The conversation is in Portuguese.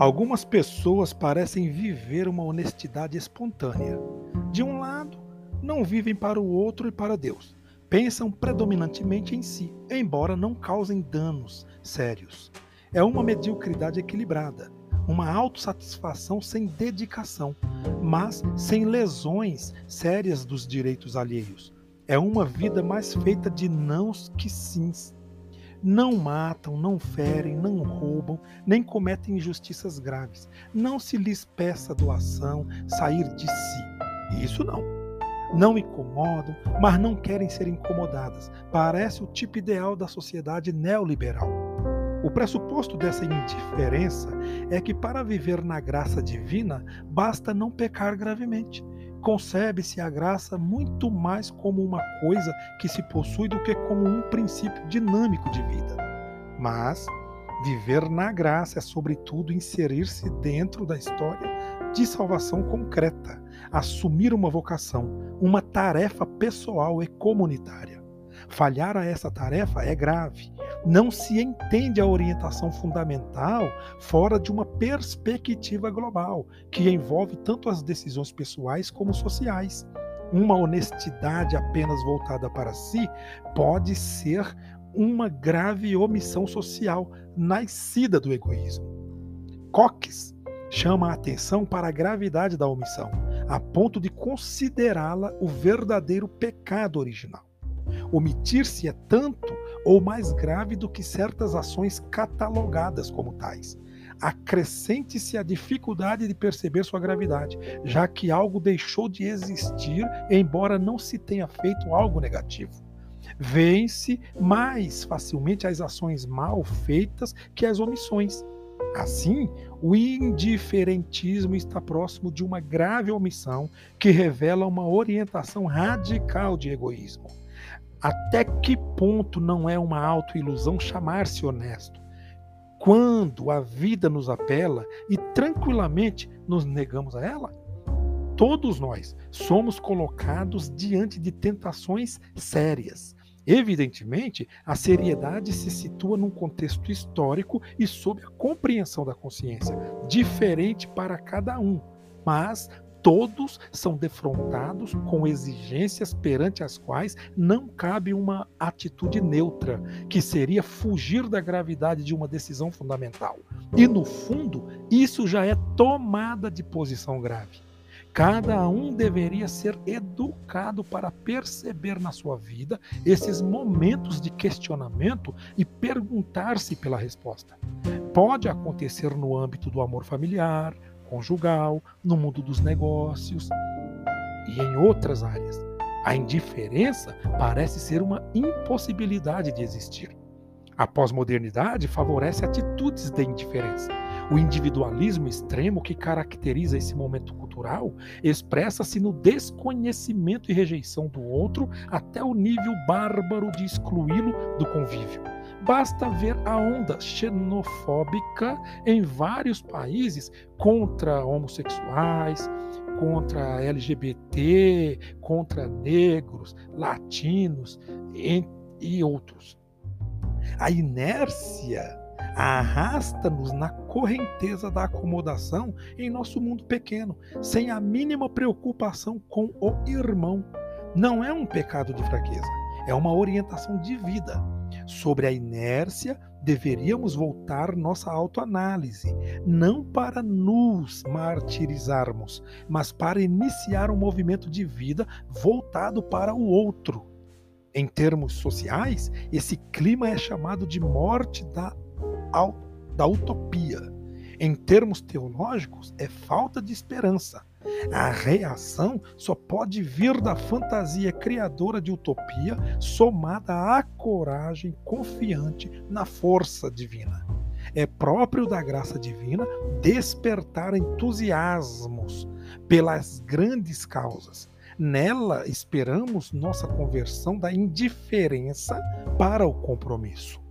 Algumas pessoas parecem viver uma honestidade espontânea. De um lado, não vivem para o outro e para Deus. Pensam predominantemente em si, embora não causem danos sérios. É uma mediocridade equilibrada, uma autossatisfação sem dedicação, mas sem lesões sérias dos direitos alheios. É uma vida mais feita de nãos que sims. Não matam, não ferem, não roubam, nem cometem injustiças graves. Não se lhes peça doação, sair de si. Isso não. Não incomodam, mas não querem ser incomodadas. Parece o tipo ideal da sociedade neoliberal. O pressuposto dessa indiferença é que para viver na graça divina, basta não pecar gravemente. Concebe-se a graça muito mais como uma coisa que se possui do que como um princípio dinâmico de vida. Mas viver na graça é, sobretudo, inserir-se dentro da história de salvação concreta, assumir uma vocação, uma tarefa pessoal e comunitária. Falhar a essa tarefa é grave. Não se entende a orientação fundamental fora de uma perspectiva global, que envolve tanto as decisões pessoais como sociais. Uma honestidade apenas voltada para si pode ser uma grave omissão social, nascida do egoísmo. Cox chama a atenção para a gravidade da omissão, a ponto de considerá-la o verdadeiro pecado original. Omitir-se é tanto ou mais grave do que certas ações catalogadas como tais. Acrescente-se a dificuldade de perceber sua gravidade, já que algo deixou de existir, embora não se tenha feito algo negativo. Vêem-se mais facilmente as ações mal feitas que as omissões. Assim, o indiferentismo está próximo de uma grave omissão que revela uma orientação radical de egoísmo. Até que ponto não é uma autoilusão chamar-se honesto? Quando a vida nos apela e tranquilamente nos negamos a ela? Todos nós somos colocados diante de tentações sérias. Evidentemente, a seriedade se situa num contexto histórico e sob a compreensão da consciência, diferente para cada um, mas todos são defrontados com exigências perante as quais não cabe uma atitude neutra, que seria fugir da gravidade de uma decisão fundamental. E, no fundo, isso já é tomada de posição grave. Cada um deveria ser educado para perceber na sua vida esses momentos de questionamento e perguntar-se pela resposta. Pode acontecer no âmbito do amor familiar, conjugal, no mundo dos negócios e em outras áreas. A indiferença parece ser uma impossibilidade de existir. A pós-modernidade favorece atitudes de indiferença. O individualismo extremo que caracteriza esse momento cultural expressa-se no desconhecimento e rejeição do outro até o nível bárbaro de excluí-lo do convívio. Basta ver a onda xenofóbica em vários países contra homossexuais, contra LGBT, contra negros, latinos e outros. A inércia arrasta-nos na correnteza da acomodação em nosso mundo pequeno, sem a mínima preocupação com o irmão. Não é um pecado de fraqueza, é uma orientação de vida. Sobre a inércia, deveríamos voltar nossa autoanálise, não para nos martirizarmos, mas para iniciar um movimento de vida voltado para o outro. Em termos sociais, esse clima é chamado de morte da utopia. Em termos teológicos, é falta de esperança. A reação só pode vir da fantasia criadora de utopia, somada à coragem confiante na força divina. É próprio da graça divina despertar entusiasmos pelas grandes causas. Nela esperamos nossa conversão da indiferença para o compromisso.